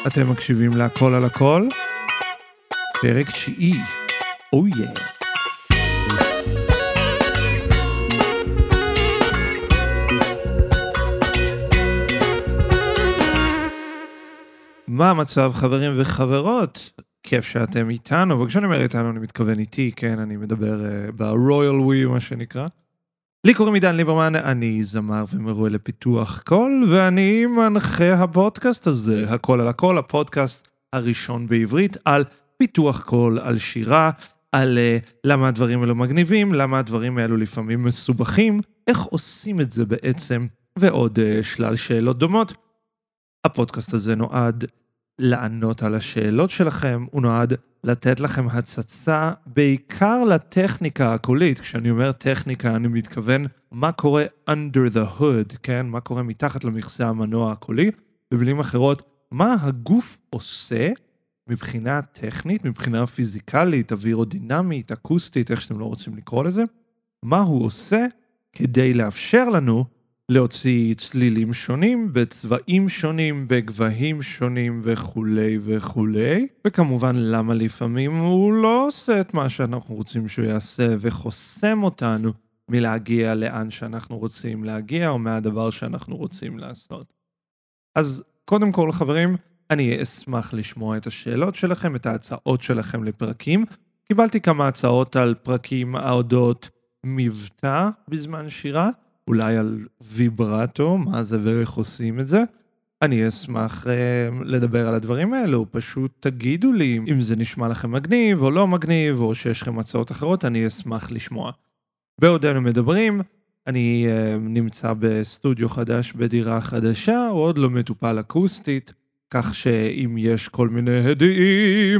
אתם מקשיבים להכל על הכל? פרק 9. Oh yeah. מה המצב חברים וחברות? כיף שאתם איתנו, וכשאני אומר איתנו אני מתכוון איתי, כן, אני מדבר ב-Royal We מה שנקרא. לי קוראים עידן ליברמן, אני זמר ומרואי לפיתוח קול, ואני מנחה הפודקאסט הזה, הכל על הכל, הפודקאסט הראשון בעברית, על פיתוח קול, על שירה, על למה הדברים האלו מגניבים, למה הדברים האלו לפעמים מסובכים, איך עושים את זה בעצם, ועוד שלל שאלות דומות. הפודקאסט הזה נועד לענות על השאלות שלכם, הוא נועד לתת לכם הצצה בעיקר לטכניקה הקולית. כשאני אומר טכניקה, אני מתכוון מה קורה under the hood, כן? מה קורה מתחת למכסה המנוע הקולי, במילים אחרות, מה הגוף עושה מבחינה טכנית, מבחינה פיזיקלית, אווירודינמית, אקוסטית, איך שאתם לא רוצים לקרוא לזה, מה הוא עושה כדי לאפשר לנו להוציא צלילים שונים, בצבעים שונים, בגבהים שונים וכולי וכולי. וכמובן למה לפעמים הוא לא עושה את מה שאנחנו רוצים שהוא יעשה, וחוסם אותנו מלהגיע לאן שאנחנו רוצים להגיע, או מהדבר שאנחנו רוצים לעשות. אז קודם כל חברים, אני אשמח לשמוע את השאלות שלכם, את ההצעות שלכם לפרקים. קיבלתי כמה הצעות על פרקים אודות מבטא בזמן שירה, אולי על ויברטו, מה זה ואיך עושים את זה. אני אשמח לדבר על הדברים האלו, פשוט תגידו לי אם זה נשמע לכם מגניב או לא מגניב, או שיש לכם הצעות אחרות, אני אשמח לשמוע. בעודנו מדברים, אני נמצא בסטודיו חדש, בדירה חדשה, או עוד לא מטופל אקוסטית, כך שאם יש כל מיני הדים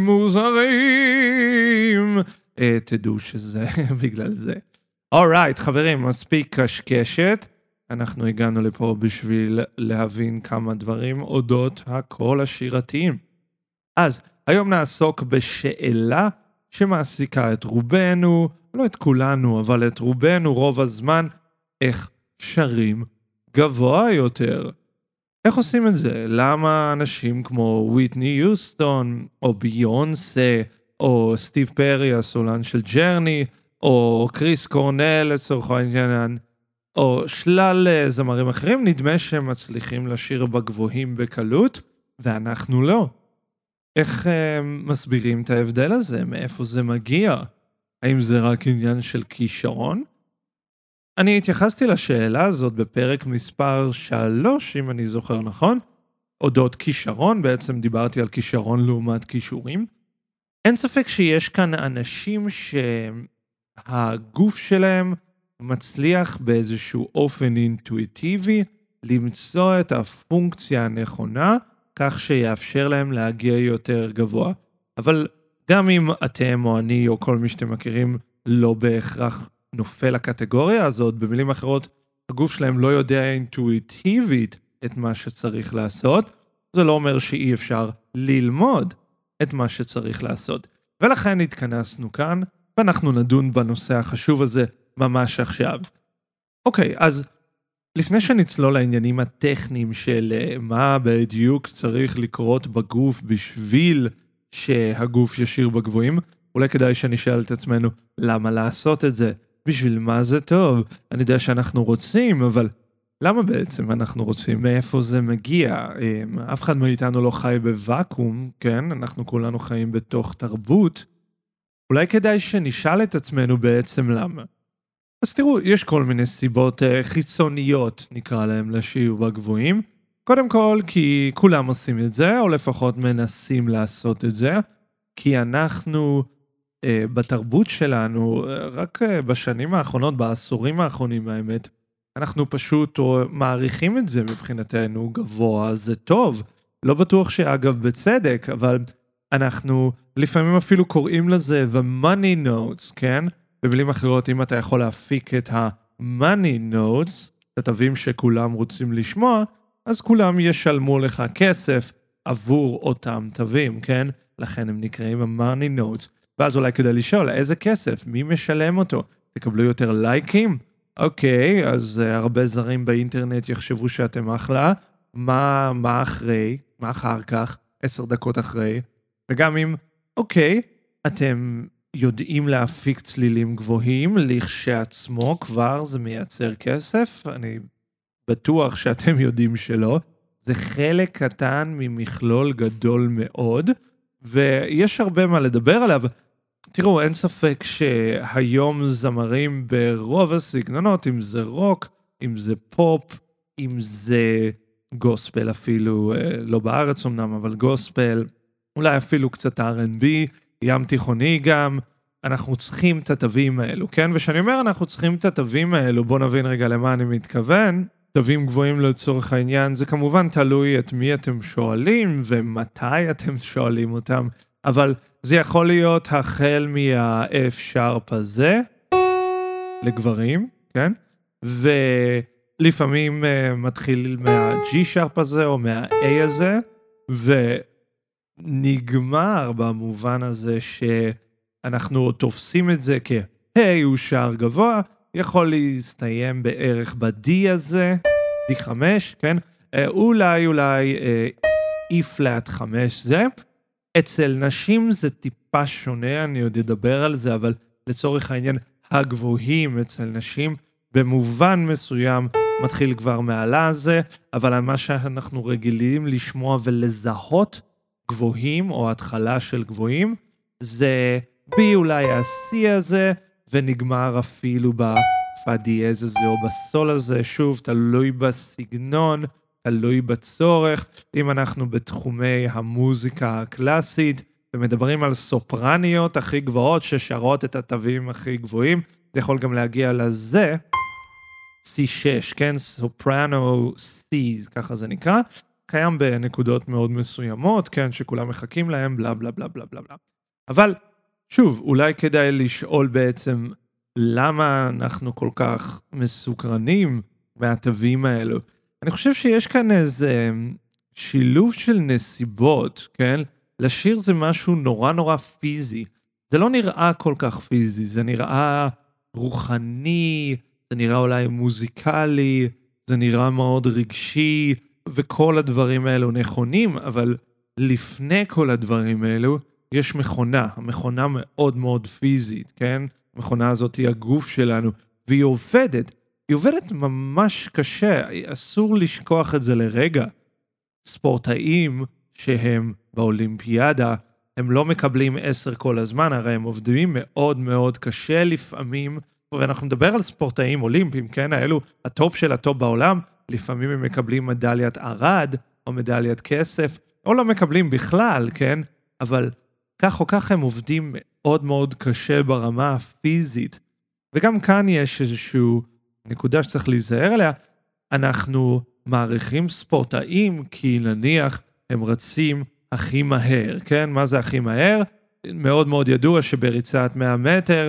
מוזרים, תדעו שזה בגלל זה. אורייט, חברים, מספיק קשקשת. אנחנו הגענו לפה בשביל להבין כמה דברים אודות הקול השירתיים. אז היום נעסוק בשאלה שמעסיקה את רובנו, לא את כולנו, אבל את רובנו רוב הזמן, איך שרים גבוה יותר. איך עושים את זה? למה אנשים כמו וויטני יוסטון, או ביונסה, או סטיב פרי, הסולן של ג'רני, או קריס קורנל לצורך העניין, או שלל זמרים אחרים, נדמה שהם מצליחים לשיר בגבוהים בקלות, ואנחנו לא. איך מסבירים את ההבדל הזה? מאיפה זה מגיע? האם זה רק עניין של כישרון? אני התייחסתי לשאלה הזאת בפרק מספר 3, אם אני זוכר נכון, אודות כישרון, בעצם דיברתי על כישרון לעומת כישורים. אין ספק שיש כאן אנשים שהגוף שלהם מצליח באיזשהו אופן אינטואיטיבי למצוא את הפונקציה הנכונה, כך שיאפשר להם להגיע יותר גבוה. אבל גם אם אתם או אני או כל מי שאתם מכירים לא בהכרח נופל לקטגוריה הזאת, במילים אחרות, הגוף שלהם לא יודע אינטואיטיבית את מה שצריך לעשות, זה לא אומר שאי אפשר ללמוד את מה שצריך לעשות. ולכן התכנסנו כאן, ואנחנו נדון בנושא החשוב הזה ממש עכשיו. אוקיי, אז לפני שנצלול לעניינים הטכניים של מה בדיוק צריך לקרות בגוף בשביל שהגוף ישיר בגבוהים, אולי כדאי שנשאל את עצמנו למה לעשות את זה, בשביל מה זה טוב. אני יודע שאנחנו רוצים, אבל למה בעצם אנחנו רוצים? מאיפה זה מגיע? אף אחד מאיתנו לא חי בוואקום, כן? אנחנו כולנו חיים בתוך תרבות. אולי כדאי שנשאל את עצמנו בעצם למה. אז תראו, יש כל מיני סיבות חיצוניות, נקרא להם, לשיר בגבוהים. קודם כל, כי כולם עושים את זה, או לפחות מנסים לעשות את זה, כי אנחנו בתרבות שלנו, רק בשנים האחרונות, בעשורים האחרונים האמת, אנחנו פשוט מעריכים את זה מבחינתנו, גבוה זה טוב. לא בטוח שאגב בצדק, אבל אנחנו לפעמים אפילו קוראים לזה the money notes, כן? במילים אחרות, אם אתה יכול להפיק את ה-money notes, התווים שכולם רוצים לשמוע, אז כולם ישלמו לך כסף עבור אותם תווים, כן? לכן הם נקראים ה-money notes. ואז אולי כדי לשאול, איזה כסף? מי משלם אותו? תקבלו יותר לייקים? אוקיי, אז הרבה זרים באינטרנט יחשבו שאתם אחלה. מה אחרי? מה אחר כך? 10 דקות אחרי, וגם אם, אוקיי, אתם יודעים להפיק צלילים גבוהים, לכשעצמו כבר זה מייצר כסף, אני בטוח שאתם יודעים שלא, זה חלק קטן ממכלול גדול מאוד, ויש הרבה מה לדבר עליו. תראו, אין ספק שהיום זמרים ברוב הסגנונות, אם זה רוק, אם זה פופ, אם זה גוספל אפילו, לא בארץ אמנם, אבל גוספל, אולי אפילו קצת R&B, ים תיכוני גם, אנחנו צריכים את התווים האלו, כן? ושאני אומר אנחנו צריכים את התווים האלו, בוא נבין רגע למה אני מתכוון. תווים גבוהים לצורך העניין, זה כמובן תלוי את מי אתם שואלים ומתי אתם שואלים אותם, אבל זה יכול להיות החל מה-F sharp הזה, לגברים, כן? ולפעמים מתחיל מה-G sharp הזה או מה-A הזה, ונגמר במובן הזה שאנחנו תופסים את זה כ-היי הוא שער גבוה, יכול להסתיים בערך ב-D הזה, D5, כן? אולי E-flat 5 זה. אצל נשים זה טיפה שונה, אני עוד אדבר על זה, אבל לצורך העניין הגבוהים אצל נשים, במובן מסוים מתחיל כבר מעלה הזה, אבל מה שאנחנו רגילים לשמוע ולזהות גבוהים, או התחלה של גבוהים, זה B אולי ה-C הזה, ונגמר אפילו בפא דיאז הזה או בסול הזה, שוב, תלוי בסגנון, תלוי בצורך. אם אנחנו בתחומי המוזיקה הקלאסית, ומדברים על סופרניות הכי גבוהות, ששרות את התווים הכי גבוהים, זה יכול גם להגיע לזה, C6, כן? סופרנו C, ככה זה נקרא, קיים בנקודות מאוד מסוימות, כן? שכולם מחכים להם, בלה בלה בלה בלה בלה. אבל שוב, אולי כדאי לשאול בעצם למה אנחנו כל כך מסוקרנים מהתווים האלו. אני חושב שיש כאן איזה שילוב של נסיבות, כן? לשיר זה משהו נורא נורא פיזי. זה לא נראה כל כך פיזי, זה נראה רוחני, זה נראה אולי מוזיקלי, זה נראה מאוד רגשי, וכל הדברים האלו נכונים, אבל לפני כל הדברים האלו, יש מכונה, המכונה מאוד מאוד פיזית, כן? המכונה הזאת היא הגוף שלנו, והיא עובדת. היא עובדת ממש קשה, אסור לשכוח את זה לרגע. ספורטאים שהם באולימפיאדה, הם לא מקבלים 10 כל הזמן, הרי הם עובדים מאוד מאוד קשה לפעמים, ואנחנו נדבר על ספורטאים אולימפיים, כן? האלו, הטופ של הטופ בעולם, לפעמים הם מקבלים מדליית ארד, או מדליית כסף, או לא מקבלים בכלל, כן? אבל כך או כך הם עובדים מאוד מאוד קשה ברמה הפיזית. וגם כאן יש איזשהו נקודה שצריך להיזהר עליה. אנחנו מעריכים ספורטאים כי נניח הם רצים הכי מהר, כן? מה זה הכי מהר? מאוד מאוד ידוע שבריצת 100 מטר,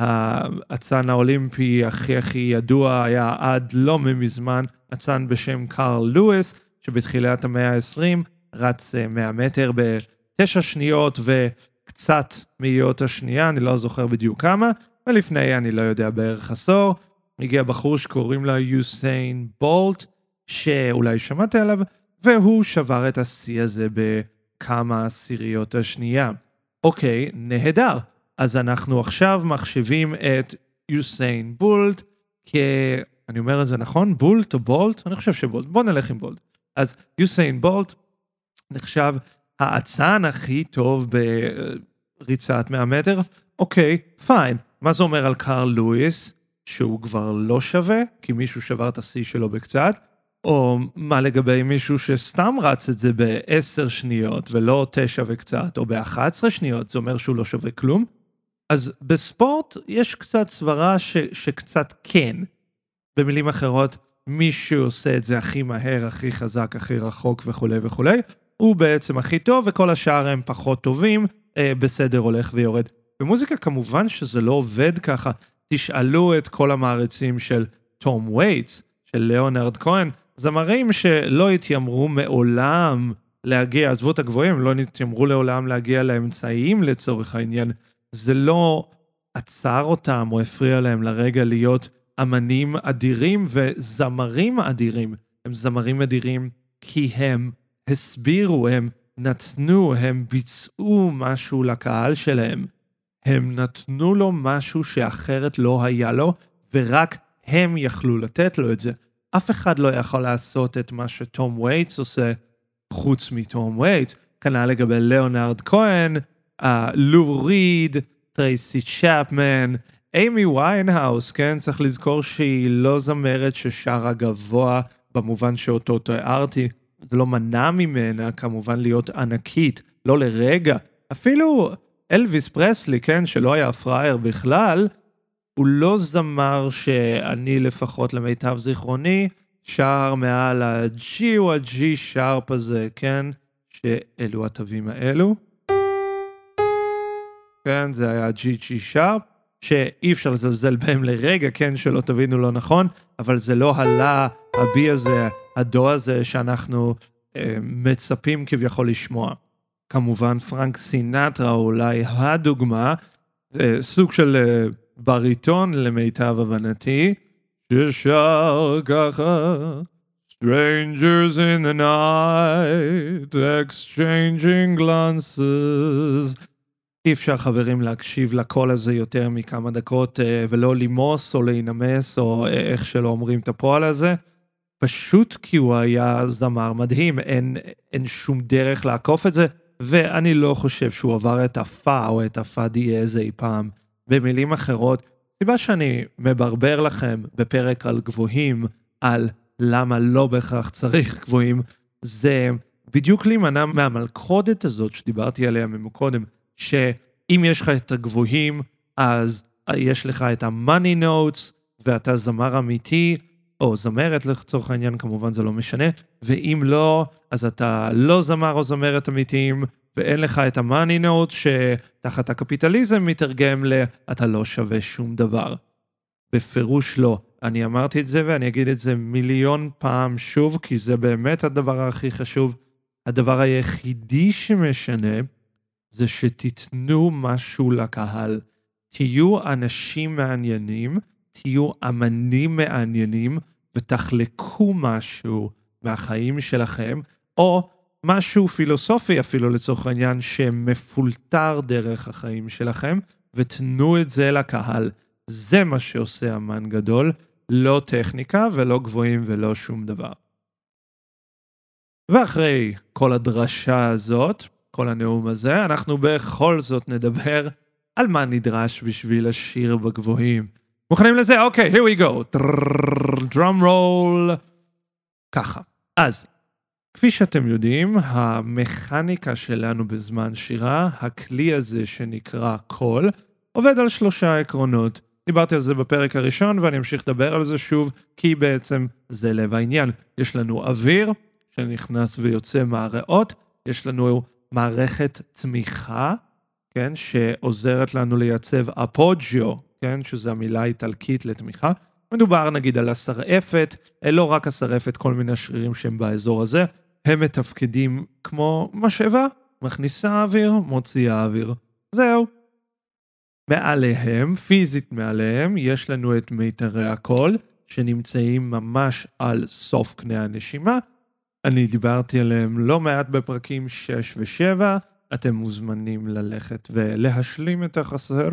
האצן האולימפי הכי ידוע היה עד לא מזמן, אצן בשם קארל לואיס, שבתחילת המאה ה-20 רץ 100 מטר ב9 שניות וקצת מאיות השנייה, אני לא זוכר בדיוק כמה, ולפני אני לא יודע בערך עשור, הגיע בחור שקוראים לה יוסיין בולט, שאולי שמעת עליו, והוא שבר את השיא הזה בכמה עשיריות השנייה. אוקיי, נהדר. אז אנחנו עכשיו מחשבים את יוסיין בולט, אני אומר את זה נכון? בולט או בולט? אני חושב שבולט. בוא נלך עם בולט. אז יוסיין בולט נחשב האצן הכי טוב בריצת 100 מטר. אוקיי, פיין. מה זה אומר על קארל לואיס? שהוא כבר לא שווה, כי מישהו שבר את השיא שלו בקצת, או מה לגבי מישהו שסתם רץ את זה ב10 שניות, ולא 9 וקצת, או ב11 שניות, זה אומר שהוא לא שווה כלום. אז בספורט יש קצת סברה שקצת כן. במילים אחרות, מישהו עושה את זה הכי מהר, הכי חזק, הכי רחוק וכו' וכו', הוא בעצם הכי טוב, וכל השאר הם פחות טובים, בסדר הולך ויורד. במוזיקה כמובן שזה לא עובד ככה, תשאלו את כל המעריצים של תום וייטס, של ליאונרד כהן, זמרים שלא התיימרו מעולם להגיע, עזבו את הגבוהים, לא התיימרו לעולם להגיע לאמצעים לצורך העניין, זה לא עצר אותם או הפריע להם לרגע להיות אמנים אדירים וזמרים אדירים. הם זמרים אדירים כי הם הסבירו, הם נתנו, הם ביצעו משהו לקהל שלהם. הם נתנו לו משהו שאחרת לא היה לו, ורק הם יכלו לתת לו את זה. אף אחד לא יכול לעשות את מה שתום וייטס עושה, חוץ מתום וייטס. כנ"ל לגבי ליאונרד כהן, לו ריד, טרייסי צ'פמן, אימי ויינהאוס, כן? צריך לזכור שהיא לא זמרת ששרה גבוה, במובן שאותו תיארתי. זה לא מנע ממנה, כמובן, להיות ענקית, לא לרגע. אפילו אלוויס פרסלי, כן? שלא היה פראייר בכלל, הוא לא זמר שאני לפחות למיטב זיכרוני, שר מעל ה-G או ה-G שרפ הזה, כן? שאלו התווים האלו. כן, זה היה ה-G שרפ, שאי אפשר לזלזל בהם לרגע, כן? שלא תבינו לא נכון, אבל זה לא הלה, הבי הזה, הדו הזה שאנחנו מצפים כביכול לשמוע. כמובן פרנק סינטרה אולי הדוגמה, סוג של בריטון למיטב הבנתי, ששר ככה, strangers in the night, exchanging glances. אי אפשר חברים להקשיב לקול הזה יותר מכמה דקות ולא לימוס או להינמס או איך שלא אומרים את הפועל הזה. פשוט כי הוא היה זמר מדהים, אין שום דרך לעקוף את זה, ואני לא חושב שהוא עבר את הפא או את הפא דיאז אי פעם. במילים אחרות, סיבה שאני מברבר לכם בפרק על גבוהים, על למה לא בהכרח צריך גבוהים, זה בדיוק להימנע מהמלכודת הזאת שדיברתי עליה ממקודם, שאם יש לך את הגבוהים, אז יש לך את ה-money notes, ואתה זמר אמיתי, או זמרת לצורך העניין, כמובן זה לא משנה, ואם לא, אז אתה לא זמר או זמרת אמיתיים, ואין לך את ה-money notes, שתחת הקפיטליזם מתרגם אתה לא שווה שום דבר. בפירוש לא. אני אמרתי את זה, ואני אגיד את זה מיליון פעם שוב, כי זה באמת הדבר הכי חשוב. הדבר היחידי שמשנה, זה שתיתנו משהו לקהל. תהיו אנשים מעניינים, תהיו אמנים מעניינים, ותחלקו משהו מהחיים שלכם, או משהו פילוסופי אפילו לצורך העניין, שמפולטר דרך החיים שלכם, ותנו את זה לקהל. זה מה שעושה אמן גדול, לא טכניקה ולא גבוהים ולא שום דבר. ואחרי כל הדרשה הזאת, כל הנאום הזה, אנחנו בכל זאת נדבר על מה נדרש בשביל לשיר בגבוהים. מוכנים לזה? אוקיי, here we go. drum roll. ככה. אז, כפי שאתם יודעים, המכניקה שלנו בזמן שירה, הכלי הזה שנקרא קול, עובד על 3 עקרונות. דיברתי על זה בפרק הראשון, ואני אמשיך לדבר על זה שוב, כי בעצם זה לב העניין. יש לנו אוויר שנכנס ויוצא מהריאות, יש לנו מערכת תמיכה, כן, שעוזרת לנו לייצב אפוג'יו, כן, שזו המילה האיטלקית לתמיכה. מדובר נגיד על השרעפת, לא רק השרעפת, כל מיני שרירים שהם באזור הזה, הם מתפקדים כמו משאבה, מכניסה אוויר, מוציאה אוויר. זהו. מעליהם, פיזית מעליהם, יש לנו את מיתרי הקול, שנמצאים ממש על סוף קנה הנשימה. אני דיברתי עליהם לא מעט בפרקים 6 ו-7, אתם מוזמנים ללכת ולהשלים את החסר.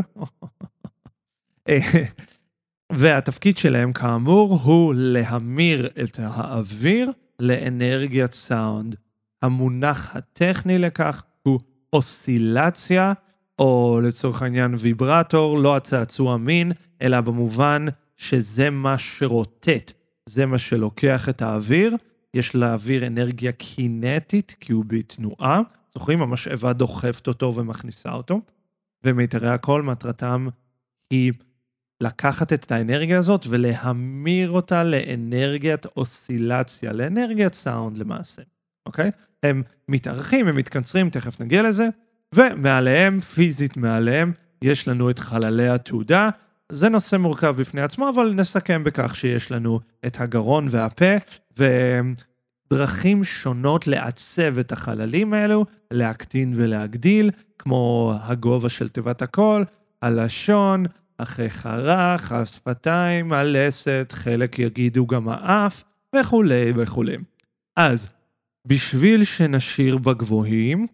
והתפקיד שלהם כאמור הוא להמיר את האוויר לאנרגיית סאונד. המונח הטכני לכך הוא אוסילציה, או לצורך העניין ויברטור, לא הצעצוע מין, אלא במובן שזה מה שרוטט, זה מה שלוקח את האוויר, יש לאוויר אנרגיה קינטית, כי הוא בתנועה, זוכרים, המשאבה דוחפת אותו ומכניסה אותו, ומיתרי הקול מטרתם היא לקחת את האנרגיה הזאת ולהמיר אותה לאנרגיית אוסילציה, לאנרגיית סאונד למעשה, אוקיי? הם מתארחים, הם מתקצרים, תכף נגיע לזה, ומעליהם, פיזית מעליהם, יש לנו את חללי התעודה, זה נושא מורכב בפני עצמו, אבל נסכם בכך שיש לנו את הגרון והפה, ודרכים שונות לעצב את החללים האלו, להקטין ולהגדיל, כמו הגובה של תיבת הקול, הלשון, החך הרך, השפתיים, הלסת, חלק יגידו גם האף, וכו' וכו'. אז, בשביל שנשאיר בגבוהים,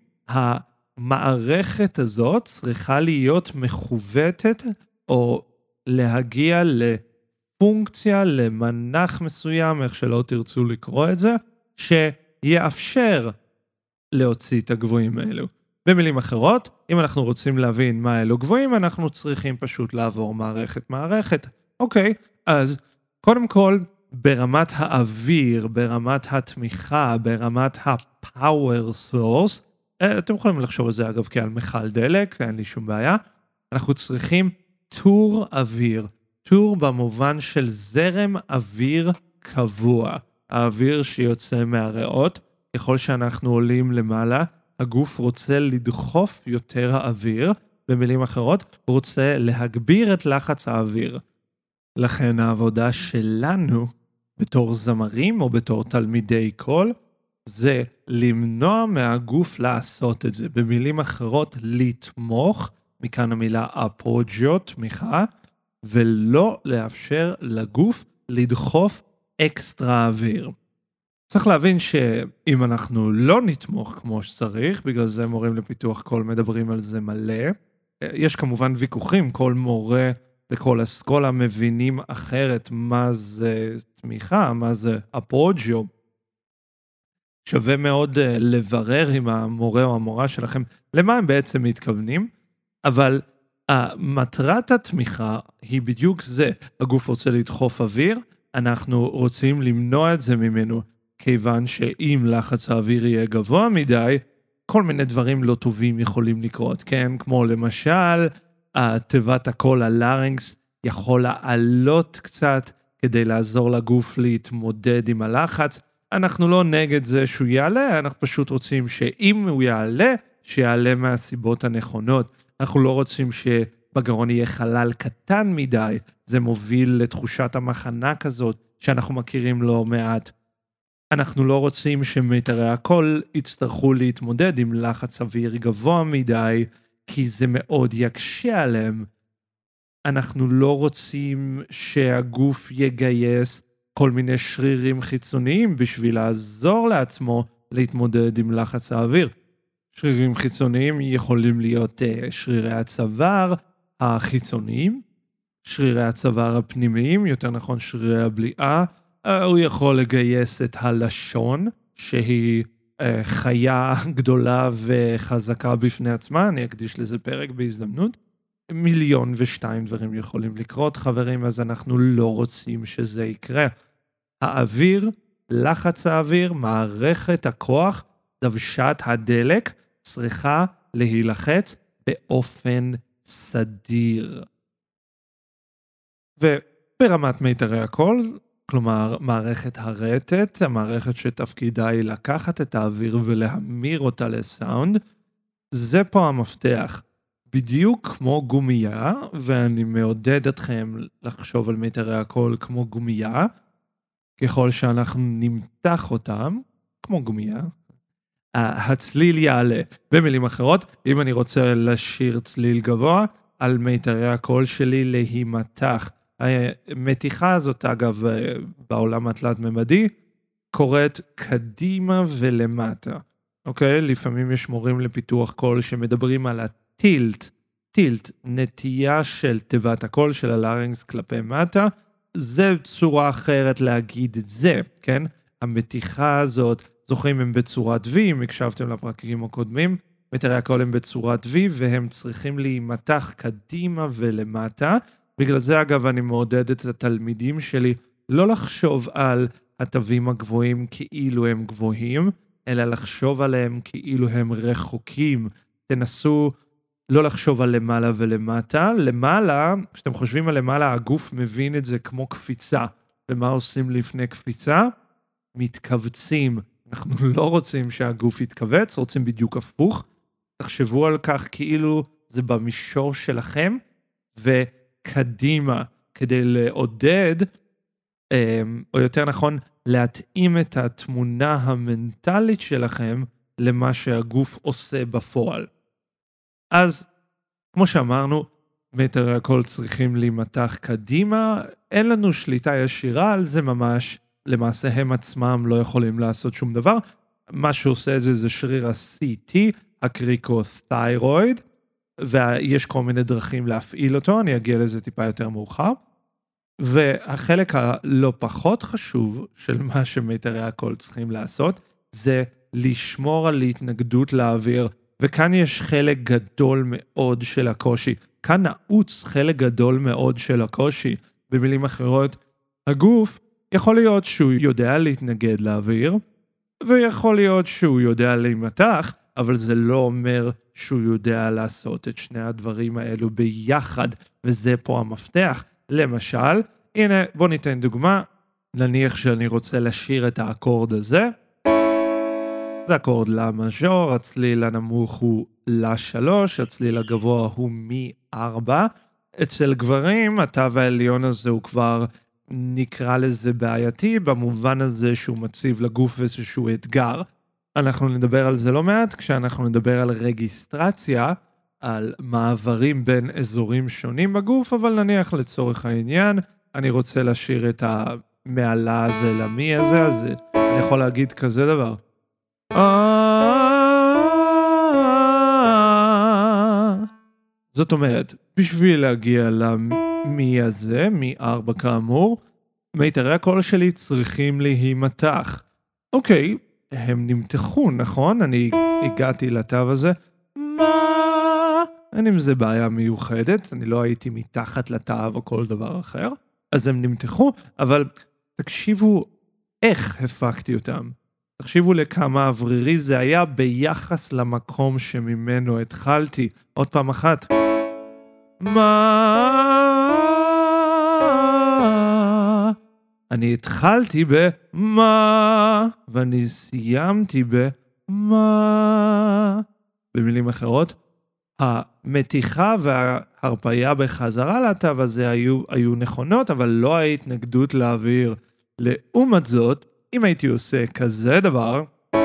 המערכת הזאת צריכה להיות מכוותת, או להגיע לפונקציה, למנח מסוים, איך שלא תרצו לקרוא את זה, שיאפשר להוציא את הגבוהים האלו. במילים אחרות, אם אנחנו רוצים להבין מה אלו גבוהים, אנחנו צריכים פשוט לעבור מערכת. אוקיי, אז קודם כל, ברמת האוויר, ברמת התמיכה, ברמת ה-power source, אתם יכולים לחשוב על זה אגב כעל מכל דלק, אין לי שום בעיה, אנחנו צריכים טור אוויר, טור במובן של זרם אוויר קבוע, האוויר שיוצא מהריאות, ככל שאנחנו עולים למעלה, הגוף רוצה לדחוף יותר האוויר, במילים אחרות, הוא רוצה להגביר את לחץ האוויר. לכן העבודה שלנו, בתור זמרים או בתור תלמידי קול, זה למנוע מהגוף לעשות את זה. במילים אחרות, לתמוך, מכאן המילה אפוג'יו, תמיכה, ולא לאפשר לגוף לדחוף אקסטרה אוויר. צריך להבין שאם אנחנו לא נתמוך כמו שצריך, בגלל זה מורים לפיתוח קול מדברים על זה מלא, יש כמובן ויכוחים, כל מורה בכל אסכולה מבינים אחרת מה זה תמיכה, מה זה אפוג'יו. שווה מאוד לברר עם המורה או המורה שלכם למה הם בעצם מתכוונים, אבל מטרת התמיכה היא בדיוק זה. הגוף רוצה לדחוף אוויר, אנחנו רוצים למנוע את זה ממנו, כיוון שאם לחץ האוויר יהיה גבוה מדי, כל מיני דברים לא טובים יכולים לקרות, כן? כמו למשל, תיבת הקול, הלרינקס, יכול לעלות קצת כדי לעזור לגוף להתמודד עם הלחץ. אנחנו לא נגד זה שהוא יעלה, אנחנו פשוט רוצים שאם הוא יעלה, שיעלה מהסיבות הנכונות. אנחנו לא רוצים שבגרון יהיה חלל קטן מדי, זה מוביל לתחושת המחנה כזאת שאנחנו מכירים לא מעט. אנחנו לא רוצים שמיתרי הקול יצטרכו להתמודד עם לחץ אוויר גבוה מדי, כי זה מאוד יקשה עליהם. אנחנו לא רוצים שהגוף יגייס כל מיני שרירים חיצוניים בשביל לעזור לעצמו להתמודד עם לחץ האוויר. שרירים חיצוניים יכולים להיות שרירי הצוואר החיצוניים, שרירי הצוואר הפנימיים, יותר נכון שרירי הבליעה, הוא יכול לגייס את הלשון, שהיא חיה גדולה וחזקה בפני עצמה, אני אקדיש לזה פרק בהזדמנות. 1,000,002 דברים יכולים לקרות, חברים, אז אנחנו לא רוצים שזה יקרה. האוויר, לחץ האוויר, מערכת הכוח, דוושת הדלק, צריכה להילחץ באופן סדיר. וברמת מיתרי הקול, כלומר, מערכת הרטט, המערכת שתפקידה היא לקחת את האוויר ולהמיר אותה לסאונד, זה פה המפתח. בדיוק כמו גומייה, ואני מעודד אתכם לחשוב על מיתרי הקול כמו גומייה, ככל שאנחנו נמתח אותם, כמו גומייה, הצליל יעלה. במילים אחרות, אם אני רוצה לשיר צליל גבוה, על מיתרי הקול שלי להימתח. המתיחה הזאת, אגב, בעולם התלת-ממדי, קורית קדימה ולמטה. אוקיי? לפעמים יש מורים לפיתוח קול שמדברים על טילט, נטייה של תיבת הקול של הלרינקס כלפי מטה, זה צורה אחרת להגיד את זה, כן? המתיחה הזאת, זוכרים הם בצורת V, אם הקשבתם לפרקים הקודמים, מיתרי הקול הם בצורת V, והם צריכים להימתח קדימה ולמטה, בגלל זה אגב אני מעודד את התלמידים שלי לא לחשוב על התווים הגבוהים כאילו הם גבוהים, אלא לחשוב עליהם כאילו הם רחוקים. תנסו לא לחשוב על למעלה ולמטה. למעלה, כשאתם חושבים על למעלה, הגוף מבין את זה כמו קפיצה. ומה עושים לפני קפיצה? מתכווצים. אנחנו לא רוצים שהגוף יתכווץ, רוצים בדיוק הפוך. תחשבו על כך כאילו זה במישור שלכם, וקדימה, כדי לעודד, או יותר נכון, להתאים את התמונה המנטלית שלכם למה שהגוף עושה בפועל. אז, כמו שאמרנו, מיתרי הקול צריכים להימתח קדימה, אין לנו שליטה ישירה על זה ממש, למעשה הם עצמם לא יכולים לעשות שום דבר, מה שעושה את זה זה שריר ה-CT, הקריקותיירואיד, ויש כל מיני דרכים להפעיל אותו, אני אגיע לזה טיפה יותר מאוחר. והחלק הלא פחות חשוב של מה שמיתרי הקול צריכים לעשות, זה לשמור על התנגדות לאוויר, וכאן יש חלק גדול מאוד של הקושי. כאן נעוץ חלק גדול מאוד של הקושי. במילים אחרות, הגוף יכול להיות שהוא יודע להתנגד לאוויר, ויכול להיות שהוא יודע להימתח, אבל זה לא אומר שהוא יודע לעשות את שני הדברים האלו ביחד, וזה פה המפתח. למשל, הנה בוא ניתן דוגמה, נניח שאני רוצה לשיר את האקורד הזה, זה אקורד לה מז'ור, הצליל הנמוך הוא לה 3, הצליל הגבוה הוא מי 4. אצל גברים, התו העליון הזה הוא כבר נקרא לזה בעייתי, במובן הזה שהוא מציב לגוף איזשהו אתגר. אנחנו נדבר על זה לא מעט, כשאנחנו נדבר על רגיסטרציה, על מעברים בין אזורים שונים בגוף, אבל נניח לצורך העניין, אני רוצה לשיר את המעלה הזה למי הזה, אז אני יכול להגיד כזה דבר. זאת אומרת, בשביל להגיע למי הזה, מי 4 כאמור, מיתרי הקול שלי צריכים להימתח. אוקיי, הם נמתחו, נכון? אני הגעתי לתו הזה. אין עם זה בעיה מיוחדת, אני לא הייתי מתחת לתו או כל דבר אחר, אז הם נמתחו, אבל תקשיבו איך הפקתי אותם. תקשיבו לכמה אוורירי זה היה ביחס למקום שממנו התחלתי. עוד פעם אחת. אני התחלתי במה, ואני סיימתי במה. במילים אחרות, המתיחה וההרפאיה בחזרה לתו הזה היו נכונות, אבל לא ההתנגדות לאוויר. לעומת זאת, אם הייתי עושה כזה דבר,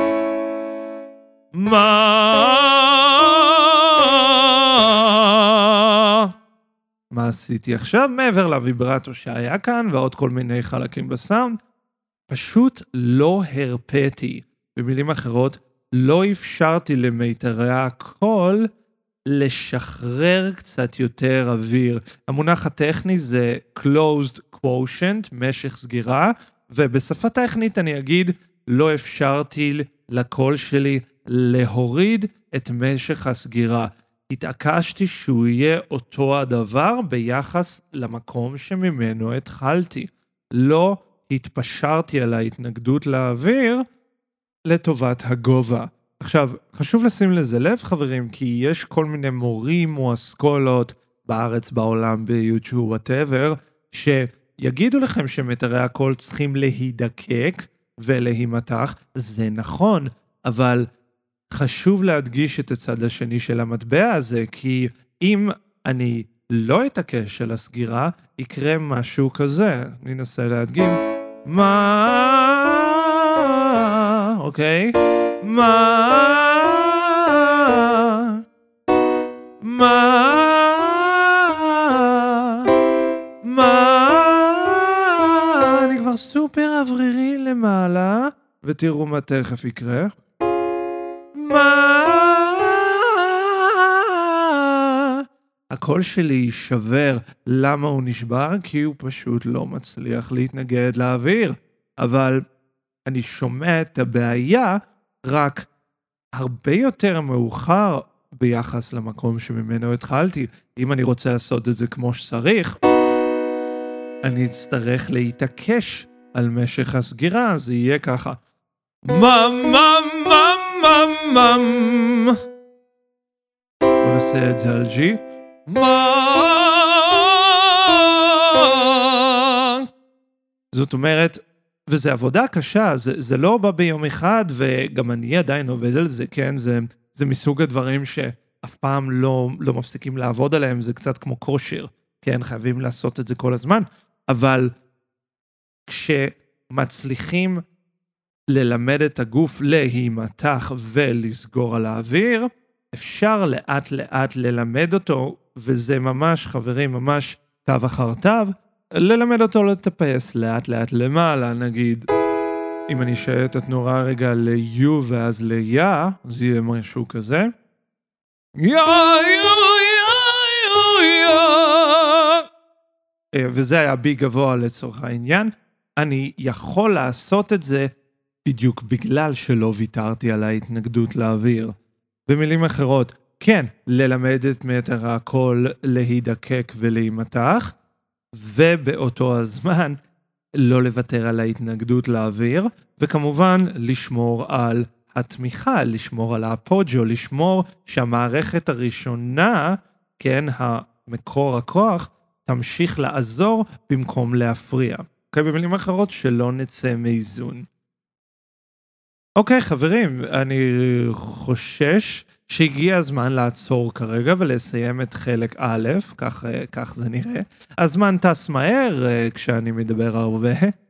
מה עשיתי עכשיו? מעבר לוויברטו שהיה כאן, ועוד כל מיני חלקים בסאונד, פשוט לא הרפאתי. במילים אחרות, לא אפשרתי למיתרי הקול לשחרר קצת יותר אוויר. המונח הטכני זה closed quotient, משך סגירה, ובשפה טכנית אני אגיד, לא אפשרתי לקול שלי להוריד את משך הסגירה. התעקשתי שהוא יהיה אותו הדבר ביחס למקום שממנו התחלתי. לא התפשרתי על ההתנגדות לאוויר לטובת הגובה. עכשיו, חשוב לשים לזה לב, חברים, כי יש כל מיני מורים או אסכולות בארץ, בעולם, ביוטיוב, whatever, שיגידו לכם שמיתרי הקול צריכים להידקק ולהימתח. זה נכון, אבל חשוב להדגיש את הצד השני של המטבע הזה, כי אם אני לא אתעקש על הסגירה, יקרה משהו כזה. אני אנסה להדגים. אוקיי? אני כבר סופר אוורירי למעלה, ותראו מה תכף יקרה. הקול שלי יישבר. למה הוא נשבר? כי הוא פשוט לא מצליח להתנגד לאוויר. אבל אני שומע את הבעיה רק הרבה יותר מאוחר ביחס למקום שממנו התחלתי. אם אני רוצה לעשות את זה כמו שצריך, אני אצטרך להתעקש על משך הסגירה, זה יהיה ככה. בוא נעשה את זה על G. זאת אומרת, וזה עבודה קשה, זה לא בא ביום אחד, וגם אני עדיין עובד על זה, כן? זה מסוג הדברים שאף פעם לא מפסיקים לעבוד עליהם, זה קצת כמו כושר, כן? חייבים לעשות את זה כל הזמן, אבל כשמצליחים ללמד את הגוף להימתח ולסגור על האוויר, אפשר לאט לאט ללמד אותו, וזה ממש, חברים, ממש תו אחר תו, ללמד אותו לטפס לאט לאט למעלה, נגיד. אם אני אשאר את התנועה רגע ל-U ואז ל-יה, זה יהיה משהו כזה. וזה היה בי גבוה לצורך העניין. אני יכול לעשות את זה בדיוק בגלל שלא ויתרתי על ההתנגדות לאוויר. במילים אחרות, כן, ללמד את מטר הקול להידקק ולהימתח, ובאותו הזמן לא לוותר על ההתנגדות לאוויר, וכמובן לשמור על התמיכה, לשמור על האפוג'ו, לשמור שהמערכת הראשונה, כן, המקור הכוח, תמשיך לעזור במקום להפריע. אוקיי, במילים אחרות שלא נצא מאיזון. אוקיי, חברים, אני חושש שהגיע הזמן לעצור כרגע ולסיים את חלק א', כך זה נראה. הזמן טס מהר כשאני מדבר הרבה.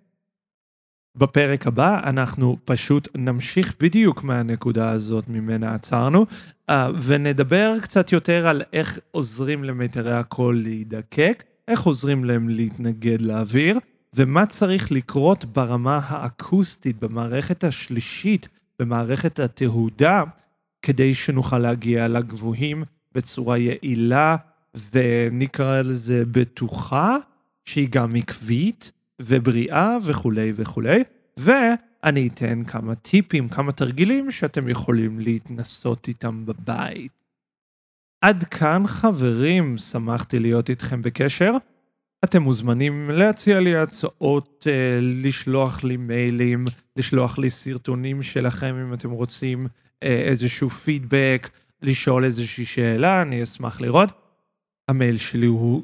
בפרק הבא אנחנו פשוט נמשיך בדיוק מהנקודה הזאת ממנה עצרנו, ונדבר קצת יותר על איך עוזרים למיתרי הקול להידקק, איך עוזרים להם להתנגד לאוויר, ומה צריך לקרות ברמה האקוסטית, במערכת השלישית, במערכת התהודה, כדי שנוכל להגיע לגבוהים בצורה יעילה, ונקרא לזה בטוחה, שהיא גם עקבית ובריאה וכו' וכו'. ואני אתן כמה טיפים, כמה תרגילים שאתם יכולים להתנסות איתם בבית. עד כאן חברים, שמחתי להיות איתכם בקשר. אתם מוזמנים להציע לי הצעות, לשלוח לי מיילים, לשלוח לי סרטונים שלכם אם אתם רוצים איזשהו פידבק, לשאול איזושהי שאלה, אני אשמח לראות. המייל שלי הוא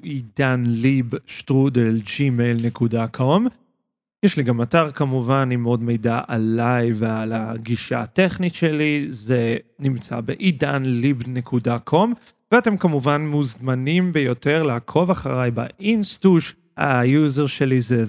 idanlib@gmail.com. יש לי גם אתר כמובן עם עוד מידע עליי ועל הגישה הטכנית שלי, זה נמצא ב-idanlib.com, ואתם כמובן מוזמנים ביותר לעקוב אחריי באינסטוש, היוזר שלי זה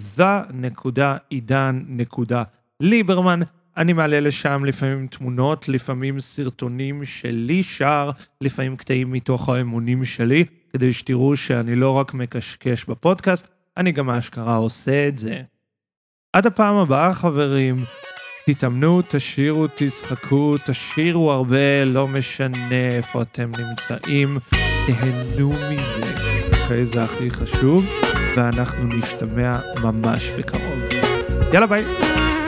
the.idan.lieberman, אני מעלה לשם לפעמים תמונות, לפעמים סרטונים שלי שר, לפעמים קטעים מתוך האמונים שלי, כדי שתראו שאני לא רק מקשקש בפודקאסט, אני גם האשכרה עושה את זה. עד הפעם הבאה חברים, תתאמנו, תשירו, תצחקו, תשירו הרבה, לא משנה איפה אתם נמצאים, תהנו מזה, אוקיי? זה הכי חשוב, ואנחנו נשתמע ממש בקרוב. יאללה ביי!